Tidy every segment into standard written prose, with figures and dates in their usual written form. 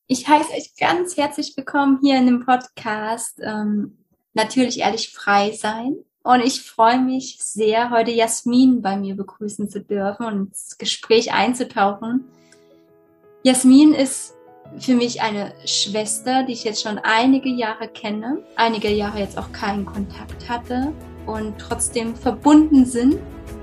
Ich heiße euch ganz herzlich willkommen hier in dem Podcast Natürlich ehrlich frei sein. Und ich freue mich sehr, heute Jasmin bei mir begrüßen zu dürfen und ins Gespräch einzutauchen. Jasmin ist für mich eine Schwester, die ich jetzt schon einige Jahre kenne, einige Jahre jetzt auch keinen Kontakt hatte und trotzdem verbunden sind.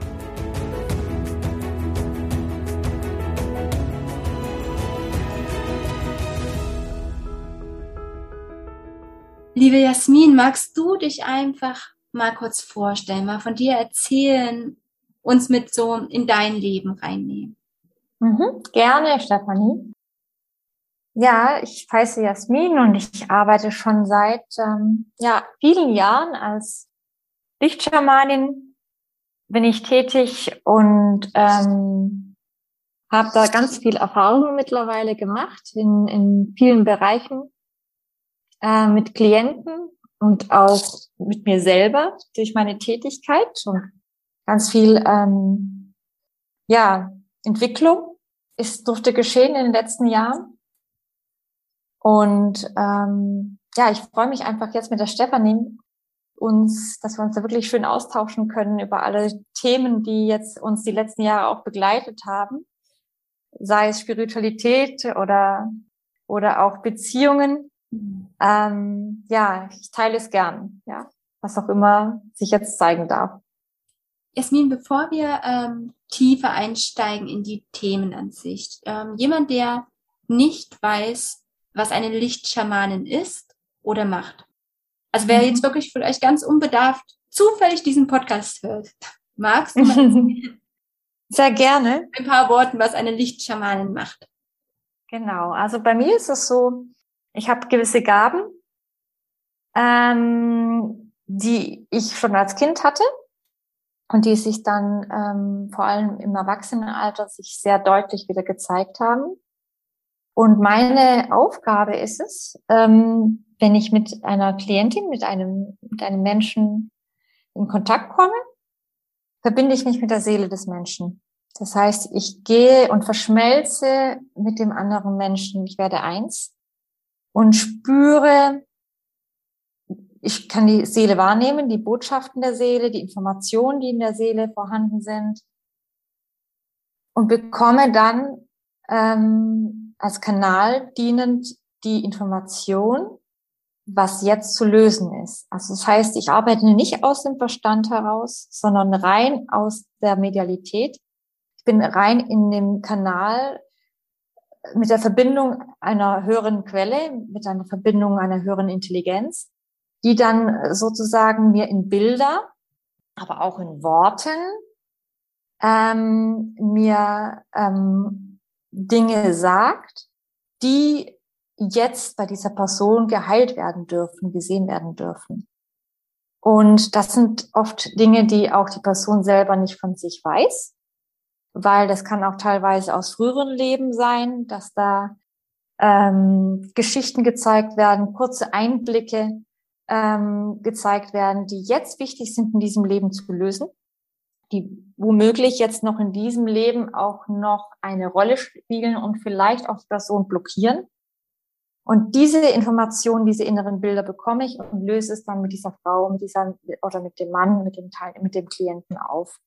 Liebe Jasmin, magst du dich einfach mal kurz vorstellen, mal von dir erzählen, uns mit so in dein Leben reinnehmen? Gerne, Stefanie. Ja, ich heiße Jasmin und ich arbeite schon seit vielen Jahren als Lichtschamanin. Bin ich tätig und habe da ganz viel Erfahrung mittlerweile gemacht in vielen Bereichen mit Klienten und auch mit mir selber durch meine Tätigkeit und ganz viel Entwicklung durfte geschehen in den letzten Jahren. Und ich freue mich einfach jetzt mit der Stefanie, dass wir uns da wirklich schön austauschen können über alle Themen, die jetzt uns die letzten Jahre auch begleitet haben. Sei es Spiritualität oder auch Beziehungen. Ich teile es gern, ja, was auch immer sich jetzt zeigen darf. Jasmin, bevor wir tiefer einsteigen in die Themen an sich, jemand, der nicht weiß, was eine Lichtschamanin ist oder macht. Also wer jetzt wirklich vielleicht ganz unbedarft zufällig diesen Podcast hört, magst du mal sehr gerne ein paar Worten, was eine Lichtschamanin macht? Genau, also bei mir ist es so, ich habe gewisse Gaben, die ich schon als Kind hatte und die sich dann vor allem im Erwachsenenalter sich sehr deutlich wieder gezeigt haben. Und meine Aufgabe ist es, wenn ich mit einer Klientin, mit einem Menschen in Kontakt komme, verbinde ich mich mit der Seele des Menschen. Das heißt, ich gehe und verschmelze mit dem anderen Menschen. Ich werde eins und spüre, ich kann die Seele wahrnehmen, die Botschaften der Seele, die Informationen, die in der Seele vorhanden sind und bekomme dann als Kanal dienend die Information, was jetzt zu lösen ist. Also das heißt, ich arbeite nicht aus dem Verstand heraus, sondern rein aus der Medialität. Ich bin rein in dem Kanal mit der Verbindung einer höheren Quelle, mit einer Verbindung einer höheren Intelligenz, die dann sozusagen mir in Bilder, aber auch in Worten mir Dinge sagt, die jetzt bei dieser Person geheilt werden dürfen, gesehen werden dürfen. Und das sind oft Dinge, die auch die Person selber nicht von sich weiß, weil das kann auch teilweise aus früheren Leben sein, dass da Geschichten gezeigt werden, kurze Einblicke gezeigt werden, die jetzt wichtig sind, in diesem Leben zu lösen, die womöglich jetzt noch in diesem Leben auch noch eine Rolle spielen und vielleicht auch die Person blockieren. Und diese Informationen, diese inneren Bilder bekomme ich und löse es dann mit dieser Frau, mit dem Mann, mit dem Klienten auf.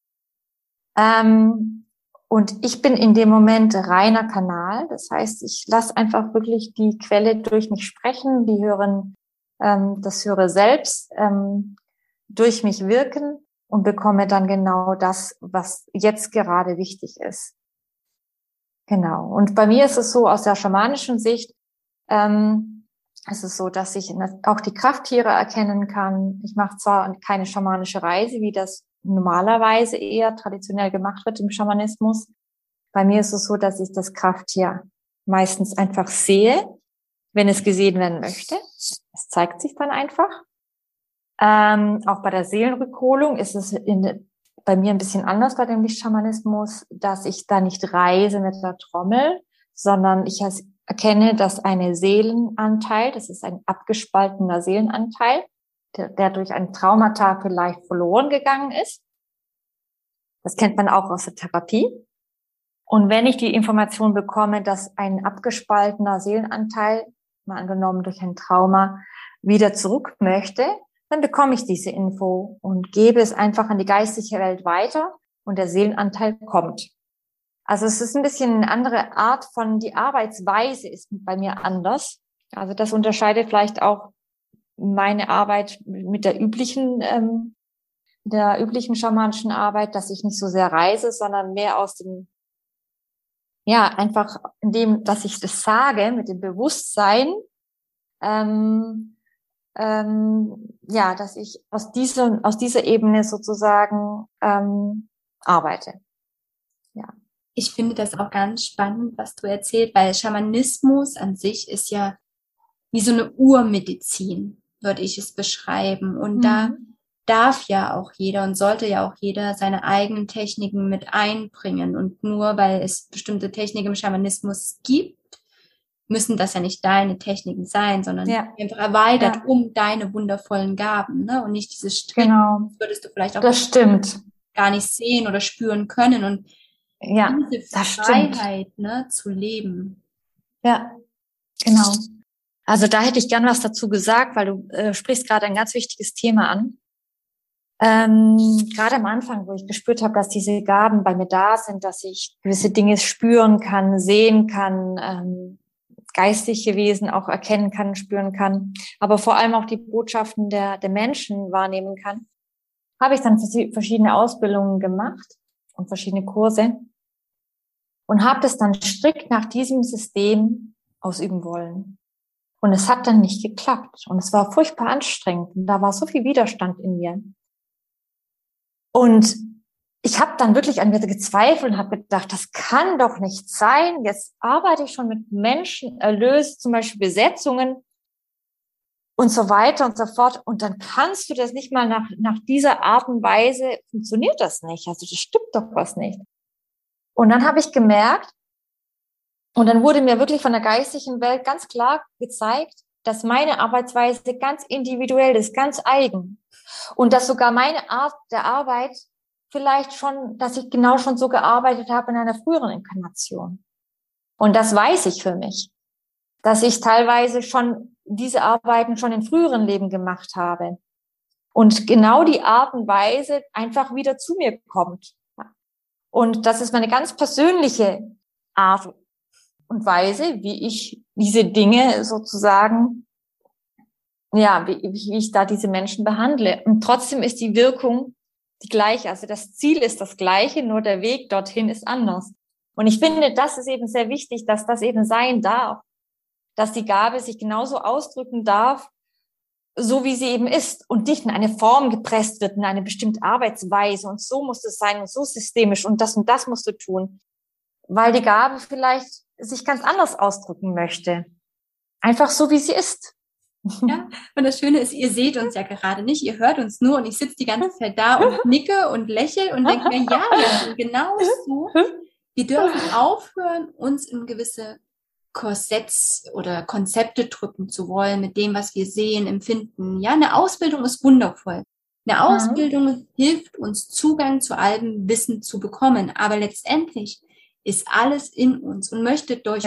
Und ich bin in dem Moment reiner Kanal. Das heißt, ich lasse einfach wirklich die Quelle durch mich sprechen, das höhere Selbst durch mich wirken und bekomme dann genau das, was jetzt gerade wichtig ist. Genau. Und bei mir ist es so, aus der schamanischen Sicht, es ist so, dass ich auch die Krafttiere erkennen kann. Ich mache zwar keine schamanische Reise, wie das normalerweise eher traditionell gemacht wird im Schamanismus. Bei mir ist es so, dass ich das Krafttier meistens einfach sehe, wenn es gesehen werden möchte. Es zeigt sich dann einfach. Auch bei der Seelenrückholung ist es bei mir ein bisschen anders bei dem Lichtschamanismus, dass ich da nicht reise mit der Trommel, sondern ich erkenne, dass eine Seelenanteil, das ist ein abgespaltener Seelenanteil, der durch ein Traumata vielleicht verloren gegangen ist. Das kennt man auch aus der Therapie. Und wenn ich die Information bekomme, dass ein abgespaltener Seelenanteil, mal angenommen durch ein Trauma, wieder zurück möchte, dann bekomme ich diese Info und gebe es einfach an die geistige Welt weiter und der Seelenanteil kommt. Also es ist ein bisschen eine andere Art die Arbeitsweise ist bei mir anders. Also das unterscheidet vielleicht auch meine Arbeit mit der üblichen schamanischen Arbeit, dass ich nicht so sehr reise, sondern mehr aus dem, ja, einfach indem, dass ich das sage, mit dem Bewusstsein, ja, dass ich aus dieser Ebene sozusagen arbeite. Ja. Ich finde das auch ganz spannend, was du erzählst, weil Schamanismus an sich ist ja wie so eine Urmedizin, würde ich es beschreiben. Und da darf ja auch jeder und sollte ja auch jeder seine eigenen Techniken mit einbringen. Und nur weil es bestimmte Techniken im Schamanismus gibt, müssen das ja nicht deine Techniken sein, sondern einfach erweitert um deine wundervollen Gaben, ne? Und nicht dieses Strick, das würdest du vielleicht auch gar nicht sehen oder spüren können. Und diese Freiheit, ne, zu leben. Ja, genau. Also da hätte ich gern was dazu gesagt, weil du sprichst gerade ein ganz wichtiges Thema an. Gerade am Anfang, wo ich gespürt habe, dass diese Gaben bei mir da sind, dass ich gewisse Dinge spüren kann, sehen kann, geistige Wesen auch erkennen kann, spüren kann, aber vor allem auch die Botschaften der Menschen wahrnehmen kann, habe ich dann verschiedene Ausbildungen gemacht und verschiedene Kurse und habe das dann strikt nach diesem System ausüben wollen. Und es hat dann nicht geklappt. Und es war furchtbar anstrengend. Und da war so viel Widerstand in mir. Und ich habe dann wirklich an mir gezweifelt und habe gedacht, das kann doch nicht sein. Jetzt arbeite ich schon mit Menschen, erlöse zum Beispiel Besetzungen und so weiter und so fort. Und dann kannst du das nicht mal nach dieser Art und Weise, funktioniert das nicht. Also das stimmt doch was nicht. Und dann habe ich gemerkt, und dann wurde mir wirklich von der geistigen Welt ganz klar gezeigt, dass meine Arbeitsweise ganz individuell ist, ganz eigen. Und dass sogar meine Art der Arbeit vielleicht schon, dass ich genau schon so gearbeitet habe in einer früheren Inkarnation. Und das weiß ich für mich, dass ich teilweise schon diese Arbeiten schon in früheren Leben gemacht habe. Und genau die Art und Weise einfach wieder zu mir kommt. Und das ist meine ganz persönliche Art und Weise, wie ich diese Dinge sozusagen, ja, wie ich da diese Menschen behandle. Und trotzdem ist die Wirkung die gleiche. Also das Ziel ist das gleiche, nur der Weg dorthin ist anders. Und ich finde, das ist eben sehr wichtig, dass das eben sein darf, dass die Gabe sich genauso ausdrücken darf, so wie sie eben ist und nicht in eine Form gepresst wird, in eine bestimmte Arbeitsweise und so muss es sein und so systemisch und das musst du tun, weil die Gabe vielleicht sich ganz anders ausdrücken möchte. Einfach so, wie sie ist. Ja, und das Schöne ist, ihr seht uns ja gerade nicht, ihr hört uns nur und ich sitze die ganze Zeit da und nicke und lächle und denke mir, ja, genau so. Wir dürfen aufhören, uns in gewisse Korsetts oder Konzepte drücken zu wollen mit dem, was wir sehen, empfinden. Ja, eine Ausbildung ist wundervoll. Eine Ausbildung hilft uns, Zugang zu allem Wissen zu bekommen. Aber letztendlich ist alles in uns und möchte durch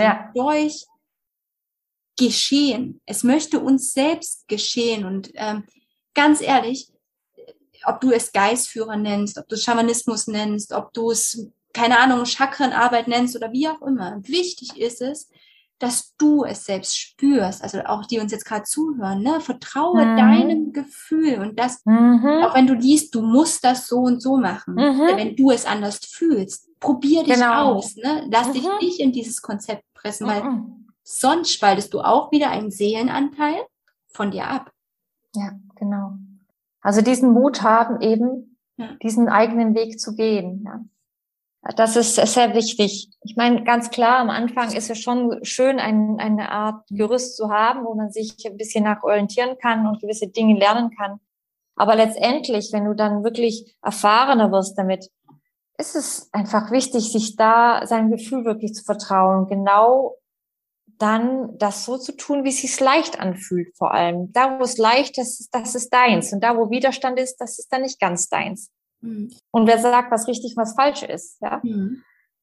geschehen. Es möchte uns selbst geschehen. Und ganz ehrlich, ob du es Geistführer nennst, ob du Schamanismus nennst, ob du es, keine Ahnung, Chakrenarbeit nennst oder wie auch immer. Wichtig ist es, dass du es selbst spürst, also auch die uns jetzt gerade zuhören, ne? Vertraue deinem Gefühl und das, auch wenn du liest, du musst das so und so machen, wenn du es anders fühlst, probier dich aus, ne? Lass dich nicht in dieses Konzept pressen, weil sonst spaltest du auch wieder einen Seelenanteil von dir ab. Ja, genau. Also diesen Mut haben, eben diesen eigenen Weg zu gehen, ja. Das ist sehr wichtig. Ich meine, ganz klar, am Anfang ist es schon schön, eine Art Gerüst zu haben, wo man sich ein bisschen nach orientieren kann und gewisse Dinge lernen kann. Aber letztendlich, wenn du dann wirklich erfahrener wirst damit, ist es einfach wichtig, sich da seinem Gefühl wirklich zu vertrauen. Genau dann das so zu tun, wie es sich leicht anfühlt vor allem. Da, wo es leicht ist, das ist deins. Und da, wo Widerstand ist, das ist dann nicht ganz deins. Und wer sagt, was richtig und was falsch ist, ja?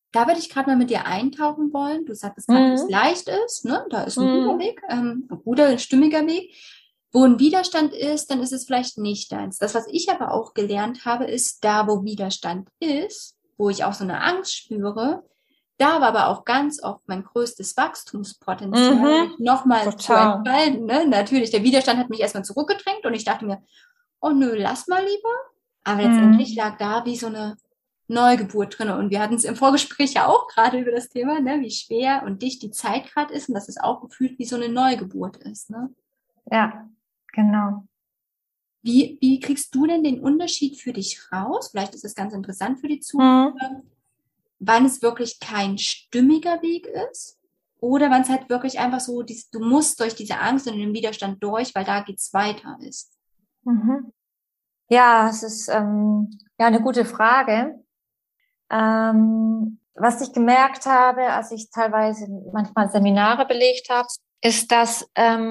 Da würde ich gerade mal mit dir eintauchen wollen. Du sagtest gerade, dass es leicht ist, ne? Da ist ein guter Weg, ein guter, stimmiger Weg. Wo ein Widerstand ist, dann ist es vielleicht nicht deins. Das, was ich aber auch gelernt habe, ist, da wo Widerstand ist, wo ich auch so eine Angst spüre, da war aber auch ganz oft mein größtes Wachstumspotenzial, mich nochmal zu Total. entfalten. Ne? Natürlich, der Widerstand hat mich erstmal zurückgedrängt und ich dachte mir, oh nö, lass mal lieber. Aber letztendlich lag da wie so eine Neugeburt drin. Und wir hatten es im Vorgespräch ja auch gerade über das Thema, ne, wie schwer und dicht die Zeit gerade ist und dass es auch gefühlt wie so eine Neugeburt ist. Ne? Ja, genau. Wie kriegst du denn den Unterschied für dich raus? Vielleicht ist es ganz interessant für die Zuhörer, wann es wirklich kein stimmiger Weg ist oder wann es halt wirklich einfach so, du musst durch diese Angst und den Widerstand durch, weil da geht's weiter ist. Ja, es ist ja eine gute Frage. Was ich gemerkt habe, als ich teilweise manchmal Seminare belegt habe, ist, dass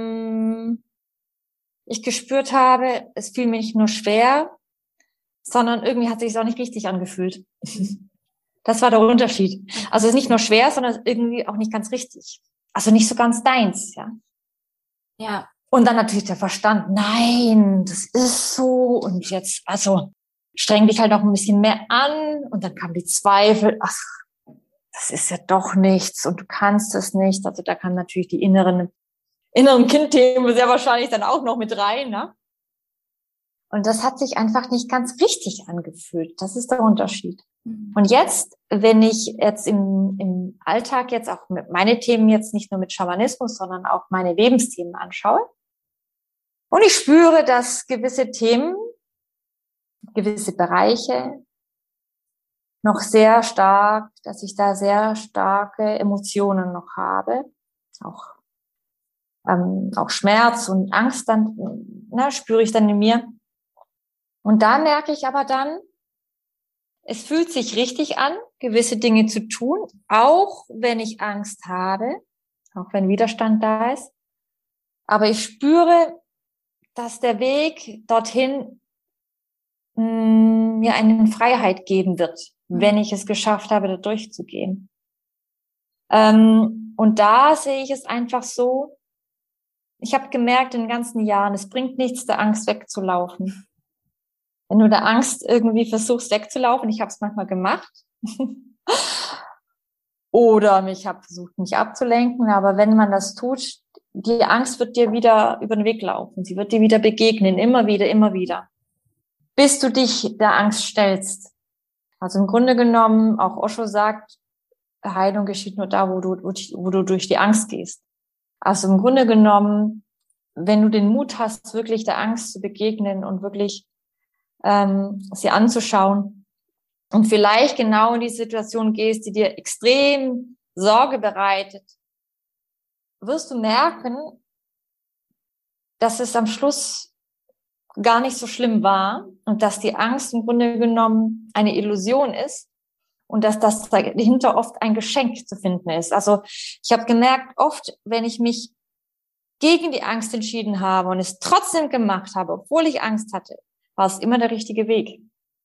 ich gespürt habe, es fiel mir nicht nur schwer, sondern irgendwie hat es sich auch nicht richtig angefühlt. Das war der Unterschied. Also es ist nicht nur schwer, sondern irgendwie auch nicht ganz richtig. Also nicht so ganz deins, ja. Ja. Und dann natürlich der Verstand, nein, das ist so und jetzt, also streng dich halt noch ein bisschen mehr an und dann kamen die Zweifel, ach, das ist ja doch nichts und du kannst es nicht. Also da kann natürlich die inneren Kindthemen sehr wahrscheinlich dann auch noch mit rein, ne? Und das hat sich einfach nicht ganz richtig angefühlt. Das ist der Unterschied. Und jetzt, wenn ich jetzt im Alltag jetzt auch meine Themen jetzt nicht nur mit Schamanismus, sondern auch meine Lebensthemen anschaue und ich spüre, dass gewisse Themen, gewisse Bereiche noch sehr stark, dass ich da sehr starke Emotionen noch habe, auch Schmerz und Angst dann, spüre ich dann in mir. Und da merke ich aber dann, es fühlt sich richtig an, gewisse Dinge zu tun, auch wenn ich Angst habe, auch wenn Widerstand da ist. Aber ich spüre, dass der Weg dorthin mir eine Freiheit geben wird, wenn ich es geschafft habe, da durchzugehen. Und da sehe ich es einfach so, ich habe gemerkt in den ganzen Jahren, es bringt nichts, der Angst wegzulaufen. Wenn du der Angst irgendwie versuchst wegzulaufen, ich habe es manchmal gemacht, oder ich habe versucht, mich abzulenken, aber wenn man das tut, die Angst wird dir wieder über den Weg laufen, sie wird dir wieder begegnen, immer wieder, bis du dich der Angst stellst. Also im Grunde genommen, auch Osho sagt, Heilung geschieht nur da, wo du durch die Angst gehst. Also im Grunde genommen, wenn du den Mut hast, wirklich der Angst zu begegnen und wirklich sie anzuschauen und vielleicht genau in die Situation gehst, die dir extrem Sorge bereitet, wirst du merken, dass es am Schluss gar nicht so schlimm war und dass die Angst im Grunde genommen eine Illusion ist und dass das dahinter oft ein Geschenk zu finden ist. Also ich habe gemerkt, oft, wenn ich mich gegen die Angst entschieden habe und es trotzdem gemacht habe, obwohl ich Angst hatte, war es immer der richtige Weg.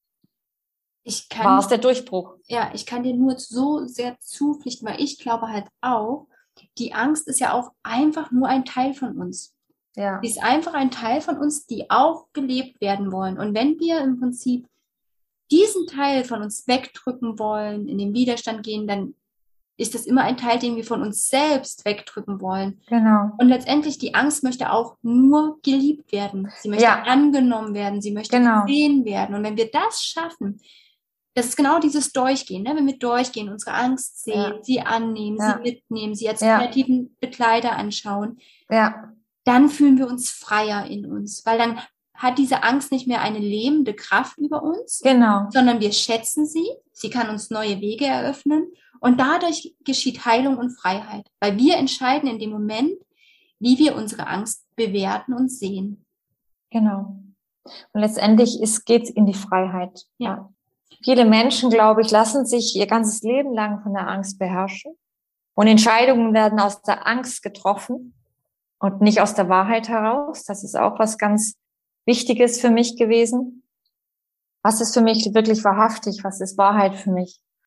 War es der Durchbruch? Ja, ich kann dir nur so sehr zupflichten, weil ich glaube halt auch, die Angst ist ja auch einfach nur ein Teil von uns. Ja. Sie ist einfach ein Teil von uns, die auch gelebt werden wollen. Und wenn wir im Prinzip diesen Teil von uns wegdrücken wollen, in den Widerstand gehen, dann ist das immer ein Teil, den wir von uns selbst wegdrücken wollen. Genau. Und letztendlich, die Angst möchte auch nur geliebt werden. Sie möchte angenommen werden. Sie möchte gesehen werden. Und wenn wir das schaffen, das ist genau dieses Durchgehen, ne? Wenn wir durchgehen, unsere Angst sehen, sie annehmen, sie mitnehmen, sie als kreativen Begleiter anschauen, dann fühlen wir uns freier in uns, weil dann hat diese Angst nicht mehr eine lähmende Kraft über uns, sondern wir schätzen sie, sie kann uns neue Wege eröffnen und dadurch geschieht Heilung und Freiheit, weil wir entscheiden in dem Moment, wie wir unsere Angst bewerten und sehen. Genau. Und letztendlich geht's in die Freiheit. Ja. Viele Menschen, glaube ich, lassen sich ihr ganzes Leben lang von der Angst beherrschen. Und Entscheidungen werden aus der Angst getroffen und nicht aus der Wahrheit heraus. Das ist auch was ganz Wichtiges für mich gewesen. Was ist für mich wirklich wahrhaftig? Was ist Wahrheit für mich?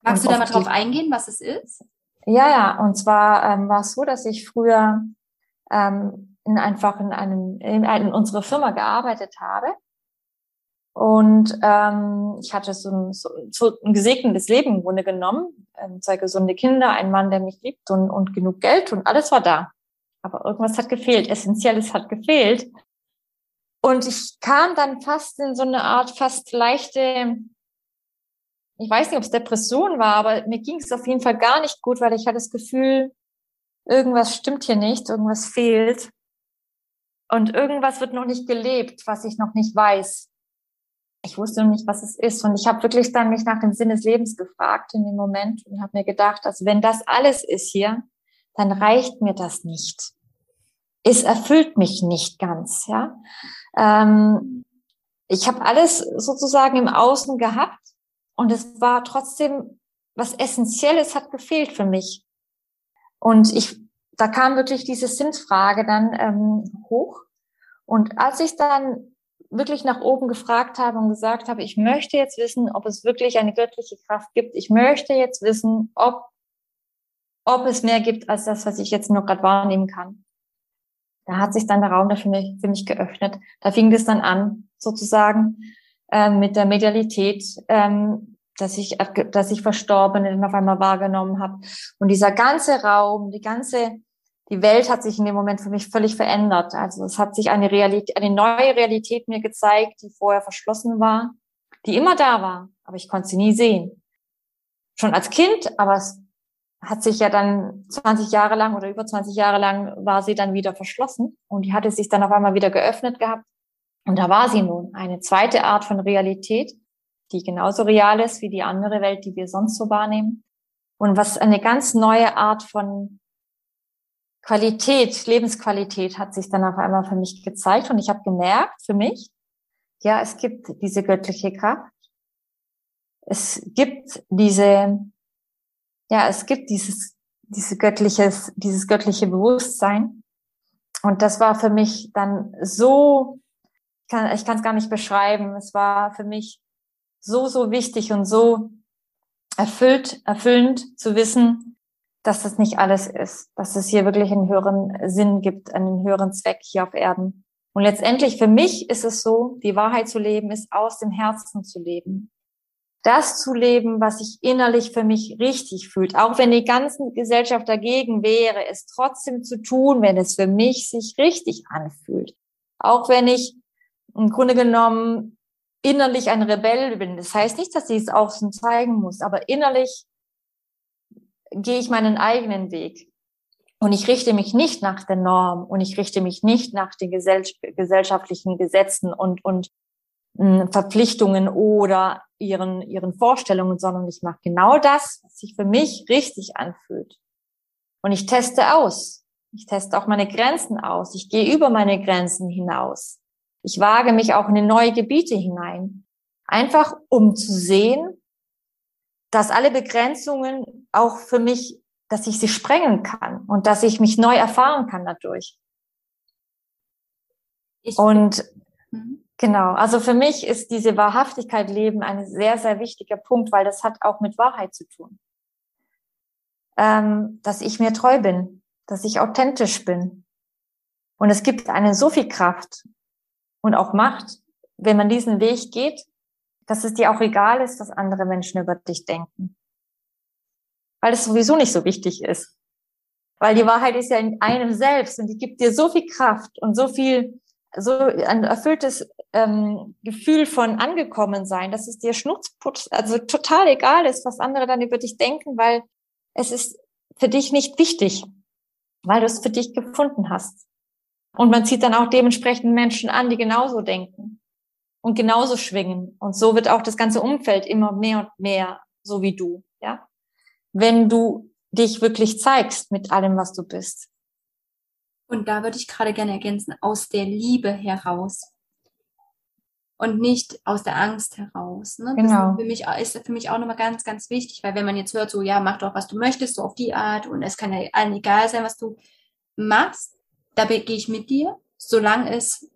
Magst du da mal drauf eingehen, was es ist? Ja, und zwar war es so, dass ich früher in unserer Firma gearbeitet habe. Und ich hatte so ein gesegnetes Leben im Grunde genommen. 2 gesunde Kinder, ein Mann, der mich liebt und genug Geld und alles war da. Aber irgendwas hat gefehlt, Essentielles hat gefehlt. Und ich kam dann fast in so eine Art fast leichte, ich weiß nicht, ob es Depression war, aber mir ging es auf jeden Fall gar nicht gut, weil ich hatte das Gefühl, irgendwas stimmt hier nicht, irgendwas fehlt. Und irgendwas wird noch nicht gelebt, was ich noch nicht weiß. Ich wusste noch nicht, was es ist. Und ich habe wirklich dann mich nach dem Sinn des Lebens gefragt in dem Moment und habe mir gedacht, also wenn das alles ist hier, dann reicht mir das nicht. Es erfüllt mich nicht ganz, ja. Ich habe alles sozusagen im Außen gehabt und es war trotzdem was Essentielles hat gefehlt für mich. Und da kam wirklich diese Sinnfrage dann hoch. Und als ich dann wirklich nach oben gefragt habe und gesagt habe, ich möchte jetzt wissen, ob es wirklich eine göttliche Kraft gibt. Ich möchte jetzt wissen, ob es mehr gibt als das, was ich jetzt nur gerade wahrnehmen kann. Da hat sich dann der Raum für mich geöffnet. Da fing es dann an, sozusagen, mit der Medialität, dass ich Verstorbene dann auf einmal wahrgenommen habe. Und dieser ganze Raum, die Welt hat sich in dem Moment für mich völlig verändert. Also es hat sich eine neue Realität mir gezeigt, die vorher verschlossen war, die immer da war, aber ich konnte sie nie sehen. Schon als Kind, aber es hat sich ja dann 20 Jahre lang oder über 20 Jahre lang war sie dann wieder verschlossen und die hatte sich dann auf einmal wieder geöffnet gehabt. Und da war sie nun, eine zweite Art von Realität, die genauso real ist wie die andere Welt, die wir sonst so wahrnehmen. Und was eine ganz neue Art von Lebensqualität hat sich dann auf einmal für mich gezeigt. Und ich habe gemerkt, für mich, ja, es gibt diese göttliche Kraft. Es gibt dieses göttliche Bewusstsein. Und das war für mich dann so, ich kann es gar nicht beschreiben. Es war für mich so, so wichtig und so erfüllend zu wissen, dass das nicht alles ist, dass es hier wirklich einen höheren Sinn gibt, einen höheren Zweck hier auf Erden. Und letztendlich für mich ist es so, die Wahrheit zu leben, ist aus dem Herzen zu leben. Das zu leben, was sich innerlich für mich richtig fühlt. Auch wenn die ganze Gesellschaft dagegen wäre, es trotzdem zu tun, wenn es für mich sich richtig anfühlt. Auch wenn ich im Grunde genommen innerlich ein Rebell bin. Das heißt nicht, dass ich es außen zeigen muss, aber innerlich gehe ich meinen eigenen Weg. Und ich richte mich nicht nach der Norm und ich richte mich nicht nach den gesellschaftlichen Gesetzen und Verpflichtungen oder ihren Vorstellungen, sondern ich mache genau das, was sich für mich richtig anfühlt. Und ich teste aus. Ich teste auch meine Grenzen aus. Ich gehe über meine Grenzen hinaus. Ich wage mich auch in neue Gebiete hinein. Einfach um zu sehen, dass alle Begrenzungen auch für mich, dass ich sie sprengen kann und dass ich mich neu erfahren kann dadurch. Genau, also für mich ist diese Wahrhaftigkeit Leben ein sehr, sehr wichtiger Punkt, weil das hat auch mit Wahrheit zu tun. Dass ich mir treu bin, dass ich authentisch bin. Und es gibt eine so viel Kraft und auch Macht, wenn man diesen Weg geht, dass es dir auch egal ist, was andere Menschen über dich denken. Weil es sowieso nicht so wichtig ist. Weil die Wahrheit ist ja in einem selbst und die gibt dir so viel Kraft und so ein erfülltes Gefühl von angekommen sein, dass es dir schnurzputz, also total egal ist, was andere dann über dich denken, weil es ist für dich nicht wichtig, weil du es für dich gefunden hast. Und man zieht dann auch dementsprechend Menschen an, die genauso denken und genauso schwingen. Und so wird auch das ganze Umfeld immer mehr und mehr so wie du, ja. Wenn du dich wirklich zeigst mit allem, was du bist. Und da würde ich gerade gerne ergänzen, aus der Liebe heraus und nicht aus der Angst heraus. Ne? Genau. Das ist für mich auch nochmal ganz, ganz wichtig, weil wenn man jetzt hört, so ja, mach doch, was du möchtest, so auf die Art und es kann ja allen egal sein, was du machst, da gehe ich mit dir, solange es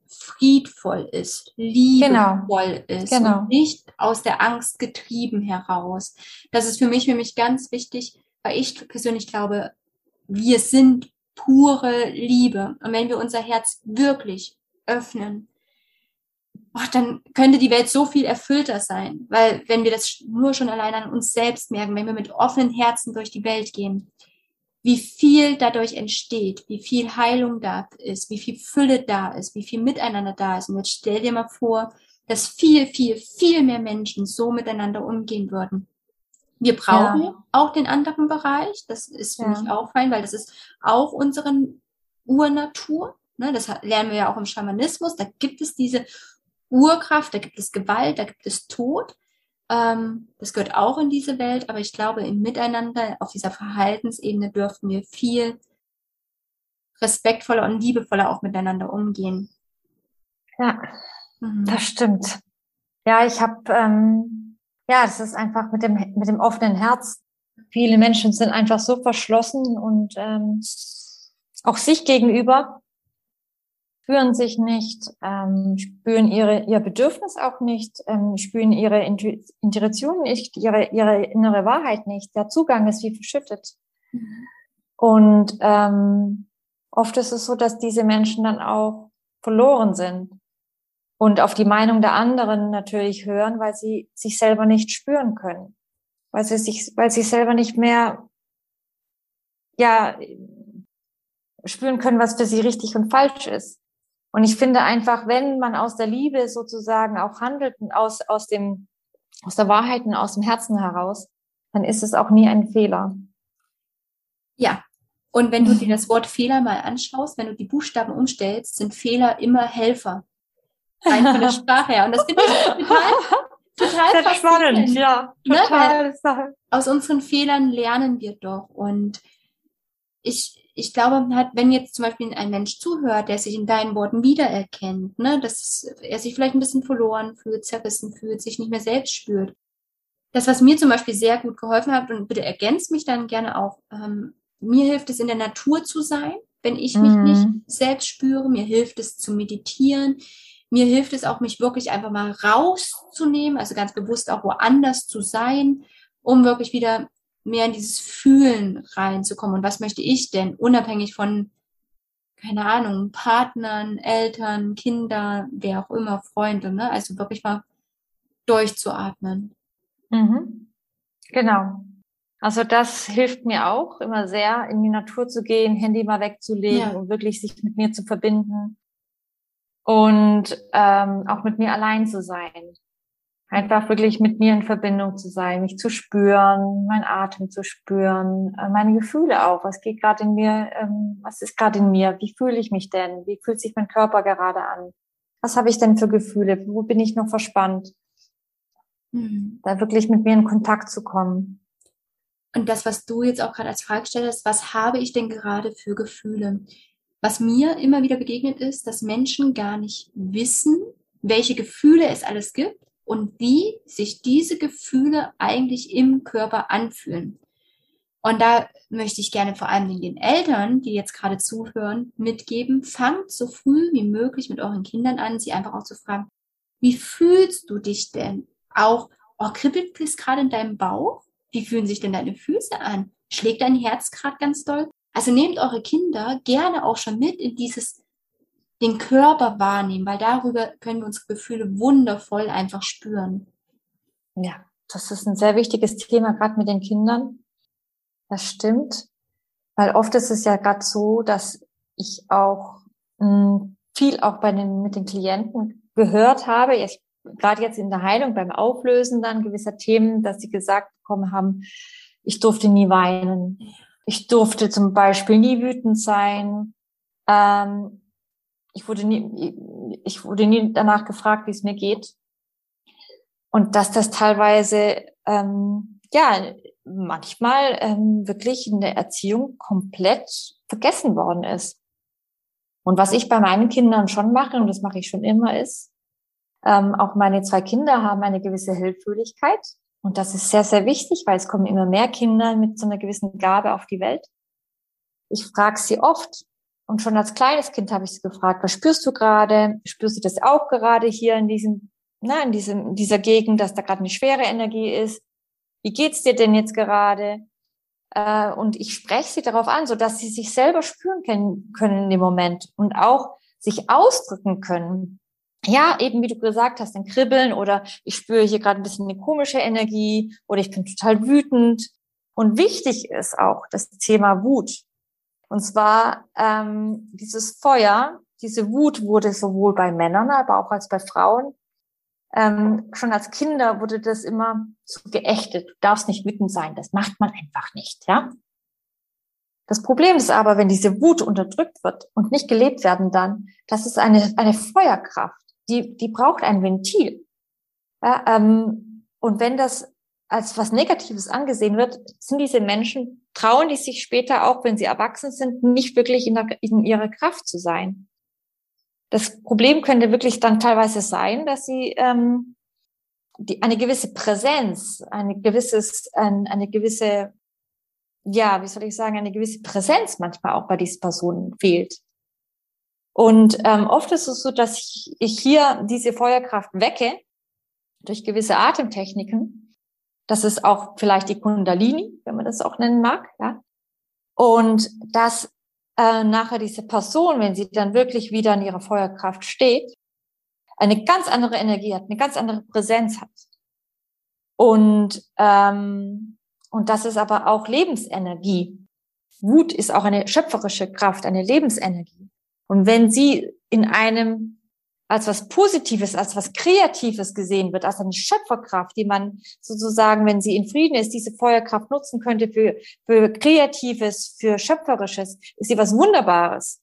friedvoll ist, liebevoll ist und nicht aus der Angst getrieben heraus. Das ist für mich ganz wichtig, weil ich persönlich glaube, wir sind pure Liebe. Und wenn wir unser Herz wirklich öffnen, dann könnte die Welt so viel erfüllter sein. Weil wenn wir das nur schon allein an uns selbst merken, wenn wir mit offenen Herzen durch die Welt gehen, wie viel dadurch entsteht, wie viel Heilung da ist, wie viel Fülle da ist, wie viel Miteinander da ist. Und jetzt stell dir mal vor, dass viel, viel, viel mehr Menschen so miteinander umgehen würden. Wir brauchen auch den anderen Bereich. Das ist für mich auch fein, weil das ist auch unsere Urnatur. Ne, das lernen wir ja auch im Schamanismus. Da gibt es diese Urkraft, da gibt es Gewalt, da gibt es Tod. Das gehört auch in diese Welt, aber ich glaube, im Miteinander, auf dieser Verhaltensebene dürften wir viel respektvoller und liebevoller auch miteinander umgehen. Ja, das stimmt. Ja, ich habe, das ist einfach mit dem offenen Herz. Viele Menschen sind einfach so verschlossen und auch sich gegenüber spüren sich nicht, spüren ihr Bedürfnis auch nicht, spüren ihre Intuition nicht, ihre innere Wahrheit nicht. Der Zugang ist wie verschüttet. Und oft ist es so, dass diese Menschen dann auch verloren sind und auf die Meinung der anderen natürlich hören, weil sie sich selber nicht spüren können, weil sie selber nicht mehr spüren können, was für sie richtig und falsch ist. Und ich finde einfach, wenn man aus der Liebe sozusagen auch handelt und aus der Wahrheit und aus dem Herzen heraus, dann ist es auch nie ein Fehler. Ja. Und wenn du dir das Wort Fehler mal anschaust, wenn du die Buchstaben umstellst, sind Fehler immer Helfer. Rein von der Sprache her. Und das finde ich total sehr spannend, ja. Total. Ne? Aus unseren Fehlern lernen wir doch. Und ich glaube, wenn jetzt zum Beispiel ein Mensch zuhört, der sich in deinen Worten wiedererkennt, ne, dass er sich vielleicht ein bisschen verloren fühlt, zerrissen fühlt, sich nicht mehr selbst spürt. Das, was mir zum Beispiel sehr gut geholfen hat, und bitte ergänzt mich dann gerne auch, mir hilft es, in der Natur zu sein, wenn ich mich nicht selbst spüre. Mir hilft es zu meditieren. Mir hilft es auch, mich wirklich einfach mal rauszunehmen, also ganz bewusst auch woanders zu sein, um wirklich wieder mehr in dieses Fühlen reinzukommen. Und was möchte ich denn, unabhängig von, keine Ahnung, Partnern, Eltern, Kinder, wer auch immer, Freunde, ne? Also wirklich mal durchzuatmen. Genau. Also das hilft mir auch immer sehr, in die Natur zu gehen, Handy mal wegzulegen und wirklich sich mit mir zu verbinden und auch mit mir allein zu sein. Einfach wirklich mit mir in Verbindung zu sein, mich zu spüren, meinen Atem zu spüren, meine Gefühle auch. Was geht gerade in mir? Was ist gerade in mir? Wie fühle ich mich denn? Wie fühlt sich mein Körper gerade an? Was habe ich denn für Gefühle? Wo bin ich noch verspannt? Da wirklich mit mir in Kontakt zu kommen. Und das, was du jetzt auch gerade als Frage stellst, was habe ich denn gerade für Gefühle? Was mir immer wieder begegnet ist, dass Menschen gar nicht wissen, welche Gefühle es alles gibt und wie sich diese Gefühle eigentlich im Körper anfühlen. Und da möchte ich gerne vor allem den Eltern, die jetzt gerade zuhören, mitgeben, fangt so früh wie möglich mit euren Kindern an, sie einfach auch zu fragen, wie fühlst du dich denn? Auch, kribbelt es gerade in deinem Bauch? Wie fühlen sich denn deine Füße an? Schlägt dein Herz gerade ganz doll? Also nehmt eure Kinder gerne auch schon mit in den Körper wahrnehmen, weil darüber können wir unsere Gefühle wundervoll einfach spüren. Ja, das ist ein sehr wichtiges Thema, gerade mit den Kindern. Das stimmt, weil oft ist es ja gerade so, dass ich auch viel auch mit den Klienten gehört habe, gerade jetzt in der Heilung, beim Auflösen dann gewisser Themen, dass sie gesagt bekommen haben, ich durfte nie weinen. Ich durfte zum Beispiel nie wütend sein. Ich wurde nie danach gefragt, wie es mir geht. Und dass das teilweise, manchmal wirklich in der Erziehung komplett vergessen worden ist. Und was ich bei meinen Kindern schon mache, und das mache ich schon immer, ist, auch meine 2 Kinder haben eine gewisse Hellfühligkeit. Und das ist sehr, sehr wichtig, weil es kommen immer mehr Kinder mit so einer gewissen Gabe auf die Welt. Ich frage sie oft, Und schon als kleines Kind habe ich sie gefragt, was spürst du gerade? Spürst du das auch gerade hier in dieser Gegend, dass da gerade eine schwere Energie ist? Wie geht's dir denn jetzt gerade? Und ich spreche sie darauf an, so dass sie sich selber spüren können in dem Moment und auch sich ausdrücken können. Ja, eben wie du gesagt hast, ein Kribbeln oder ich spüre hier gerade ein bisschen eine komische Energie oder ich bin total wütend. Und wichtig ist auch das Thema Wut. Und zwar dieses Feuer, diese Wut wurde sowohl bei Männern, aber auch als bei Frauen. Schon als Kinder wurde das immer so geächtet. Du darfst nicht wütend sein, das macht man einfach nicht, ja. Das Problem ist aber, wenn diese Wut unterdrückt wird und nicht gelebt werden dann, das ist eine Feuerkraft, die braucht ein Ventil. Ja, und wenn das als was Negatives angesehen wird, sind diese Menschen, trauen die sich später auch, wenn sie erwachsen sind, nicht wirklich in ihrer Kraft zu sein. Das Problem könnte wirklich dann teilweise sein, dass sie eine gewisse Präsenz, eine gewisse, ja, wie soll ich sagen, eine gewisse Präsenz manchmal auch bei diesen Personen fehlt. Und oft ist es so, dass ich hier diese Feuerkraft wecke durch gewisse Atemtechniken. Das ist auch vielleicht die Kundalini, wenn man das auch nennen mag, ja. Und dass nachher diese Person, wenn sie dann wirklich wieder in ihrer Feuerkraft steht, eine ganz andere Energie hat, eine ganz andere Präsenz hat. Und das ist aber auch Lebensenergie. Wut ist auch eine schöpferische Kraft, eine Lebensenergie. Und wenn sie in einem als was Positives, als was Kreatives gesehen wird, als eine Schöpferkraft, die man sozusagen, wenn sie in Frieden ist, diese Feuerkraft nutzen könnte für Kreatives, für Schöpferisches, ist sie was Wunderbares.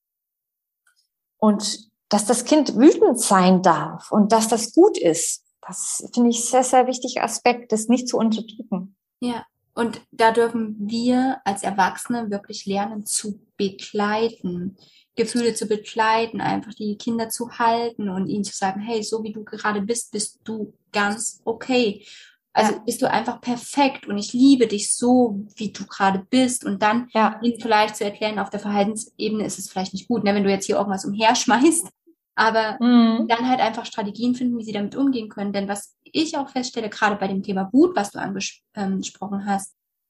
Und dass das Kind wütend sein darf und dass das gut ist, das finde ich sehr, sehr wichtiger Aspekt, das nicht zu unterdrücken. Ja, und da dürfen wir als Erwachsene wirklich lernen zu begleiten, Gefühle zu begleiten, einfach die Kinder zu halten und ihnen zu sagen, hey, so wie du gerade bist, bist du ganz okay. Also bist du einfach perfekt und ich liebe dich so, wie du gerade bist. Und dann ihnen vielleicht zu erklären, auf der Verhaltensebene ist es vielleicht nicht gut, ne, wenn du jetzt hier irgendwas umherschmeißt, aber dann halt einfach Strategien finden, wie sie damit umgehen können. Denn was ich auch feststelle, gerade bei dem Thema Wut, was du angesprochen hast,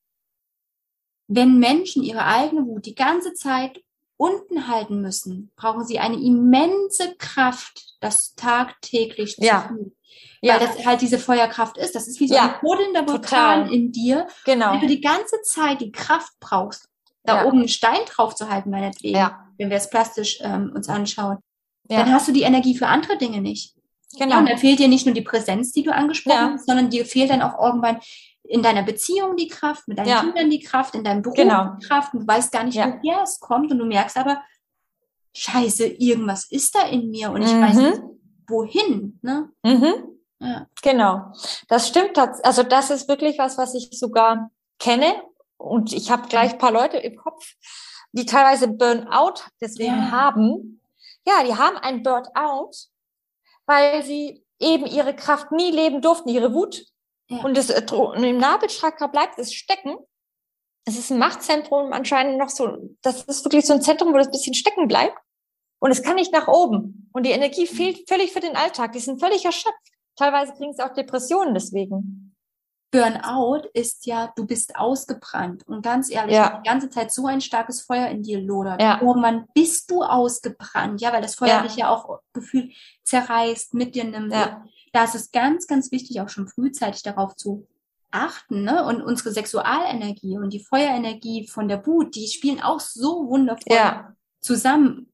wenn Menschen ihre eigene Wut die ganze Zeit unten halten müssen, brauchen sie eine immense Kraft, das tagtäglich zu tun. Weil das halt diese Feuerkraft ist. Das ist wie so ein brodelnder Vulkan in dir. Genau. Wenn du die ganze Zeit die Kraft brauchst, da oben einen Stein drauf zu halten, meinetwegen, wenn wir es plastisch uns anschauen, dann hast du die Energie für andere Dinge nicht. Genau. Ja, und dann fehlt dir nicht nur die Präsenz, die du angesprochen hast, sondern dir fehlt dann auch irgendwann in deiner Beziehung die Kraft, mit deinen Kindern die Kraft, in deinem Beruf die Kraft und du weißt gar nicht, woher es kommt und du merkst aber, Scheiße, irgendwas ist da in mir und ich weiß nicht, wohin, ne? Ja. Genau. Das stimmt. Also das ist wirklich was ich sogar kenne und ich habe gleich ein paar Leute im Kopf, die teilweise Burnout deswegen haben. Ja, die haben ein Burnout, weil sie eben ihre Kraft nie leben durften, ihre Wut. Ja. Und im Nabelchakra bleibt es stecken. Es ist ein Machtzentrum anscheinend noch so, das ist wirklich so ein Zentrum, wo das ein bisschen stecken bleibt. Und es kann nicht nach oben. Und die Energie fehlt völlig für den Alltag. Die sind völlig erschöpft. Teilweise kriegen sie auch Depressionen deswegen. Burnout ist ja, du bist ausgebrannt. Und ganz ehrlich, wenn die ganze Zeit so ein starkes Feuer in dir lodert, irgendwann bist du ausgebrannt, ja, weil das Feuer dich ja auch gefühlt zerreißt, mit dir nimmt. Ja. Da ist es ganz, ganz wichtig, auch schon frühzeitig darauf zu achten, ne? Und unsere Sexualenergie und die Feuerenergie von der Wut, die spielen auch so wundervoll zusammen.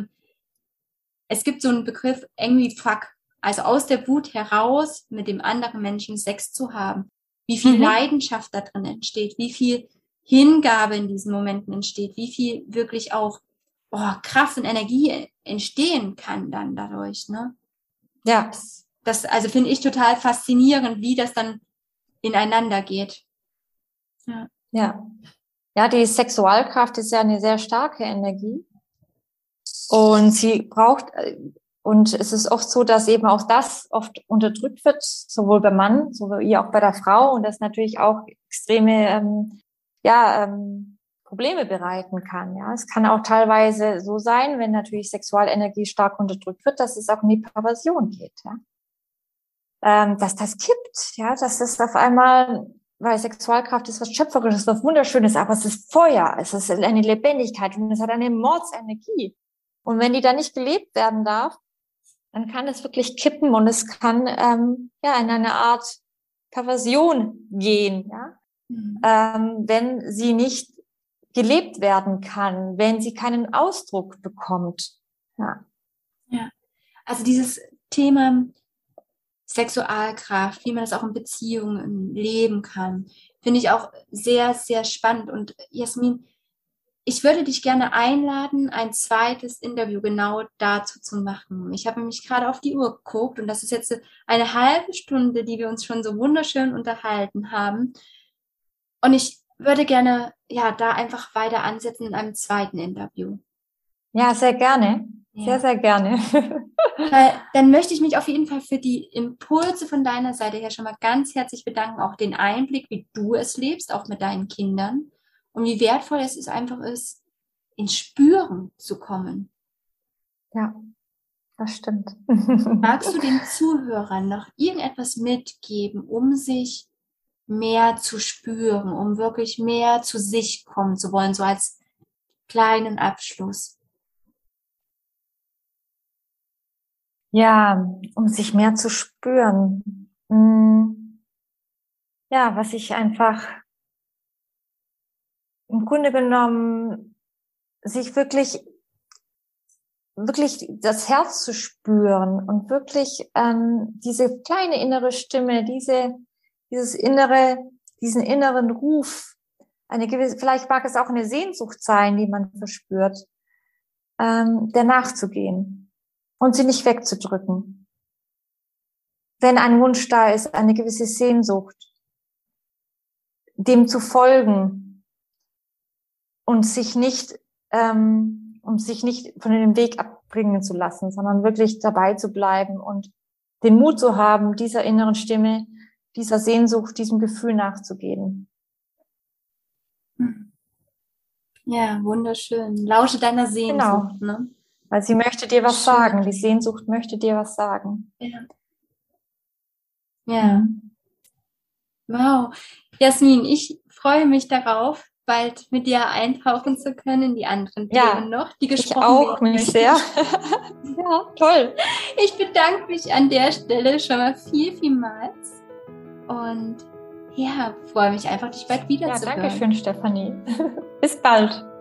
Es gibt so einen Begriff, Angry Fuck, also aus der Wut heraus mit dem anderen Menschen Sex zu haben. Wie viel Leidenschaft da drin entsteht, wie viel Hingabe in diesen Momenten entsteht, wie viel wirklich auch Kraft und Energie entstehen kann dann dadurch, ne? Ja. Das also finde ich total faszinierend, wie das dann ineinander geht. Ja, die Sexualkraft ist ja eine sehr starke Energie. Und sie braucht, und es ist oft so, dass eben auch das oft unterdrückt wird, sowohl beim Mann, sowie auch bei der Frau. Und das natürlich auch extreme Probleme bereiten kann. Ja, es kann auch teilweise so sein, wenn natürlich Sexualenergie stark unterdrückt wird, dass es auch in die Perversion geht. Ja, dass das kippt. Ja, dass das auf einmal, weil Sexualkraft ist was Schöpferisches, was Wunderschönes, aber es ist Feuer, es ist eine Lebendigkeit und es hat eine Mordsenergie. Und wenn die da nicht gelebt werden darf, dann kann es wirklich kippen und es kann ja in eine Art Perversion gehen, ja, wenn sie nicht gelebt werden kann, wenn sie keinen Ausdruck bekommt. Ja. Ja. Also dieses Thema Sexualkraft, wie man das auch in Beziehungen leben kann, finde ich auch sehr, sehr spannend. Und Jasmin, ich würde dich gerne einladen, ein zweites Interview genau dazu zu machen. Ich habe nämlich gerade auf die Uhr geguckt und das ist jetzt eine halbe Stunde, die wir uns schon so wunderschön unterhalten haben. Und ich würde gerne ja da einfach weiter ansetzen in einem zweiten Interview. Ja, sehr gerne. Ja. Sehr, sehr gerne. Weil dann möchte ich mich auf jeden Fall für die Impulse von deiner Seite her schon mal ganz herzlich bedanken, auch den Einblick, wie du es lebst, auch mit deinen Kindern und wie wertvoll es ist, einfach ist, ins Spüren zu kommen. Ja, das stimmt. Magst du den Zuhörern noch irgendetwas mitgeben, um sich mehr zu spüren, um wirklich mehr zu sich kommen zu wollen, so als kleinen Abschluss? Ja, um sich mehr zu spüren. Ja, was ich einfach im Grunde genommen sich wirklich das Herz zu spüren und wirklich diese kleine innere Stimme, diesen inneren Ruf, eine gewisse, vielleicht mag es auch eine Sehnsucht sein, die man verspürt, der nachzugehen und sie nicht wegzudrücken. Wenn ein Wunsch da ist, eine gewisse Sehnsucht, dem zu folgen und sich nicht von dem Weg abbringen zu lassen, sondern wirklich dabei zu bleiben und den Mut zu haben, dieser inneren Stimme, dieser Sehnsucht, diesem Gefühl nachzugehen. Ja, wunderschön. Lausche deiner Sehnsucht, Genau. ne? Weil sie möchte dir was Schön. sagen. Die Sehnsucht möchte dir was sagen. Ja. Ja. Wow. Jasmin, ich freue mich darauf, bald mit dir eintauchen zu können in die anderen Themen noch, die gesprochen werden. Ich auch, mich sehr. Ja, toll. Ich bedanke mich an der Stelle schon mal vielmals und ja, freue mich einfach, dich bald wiederzuhören. Ja, danke schön, Stefanie. Bis bald.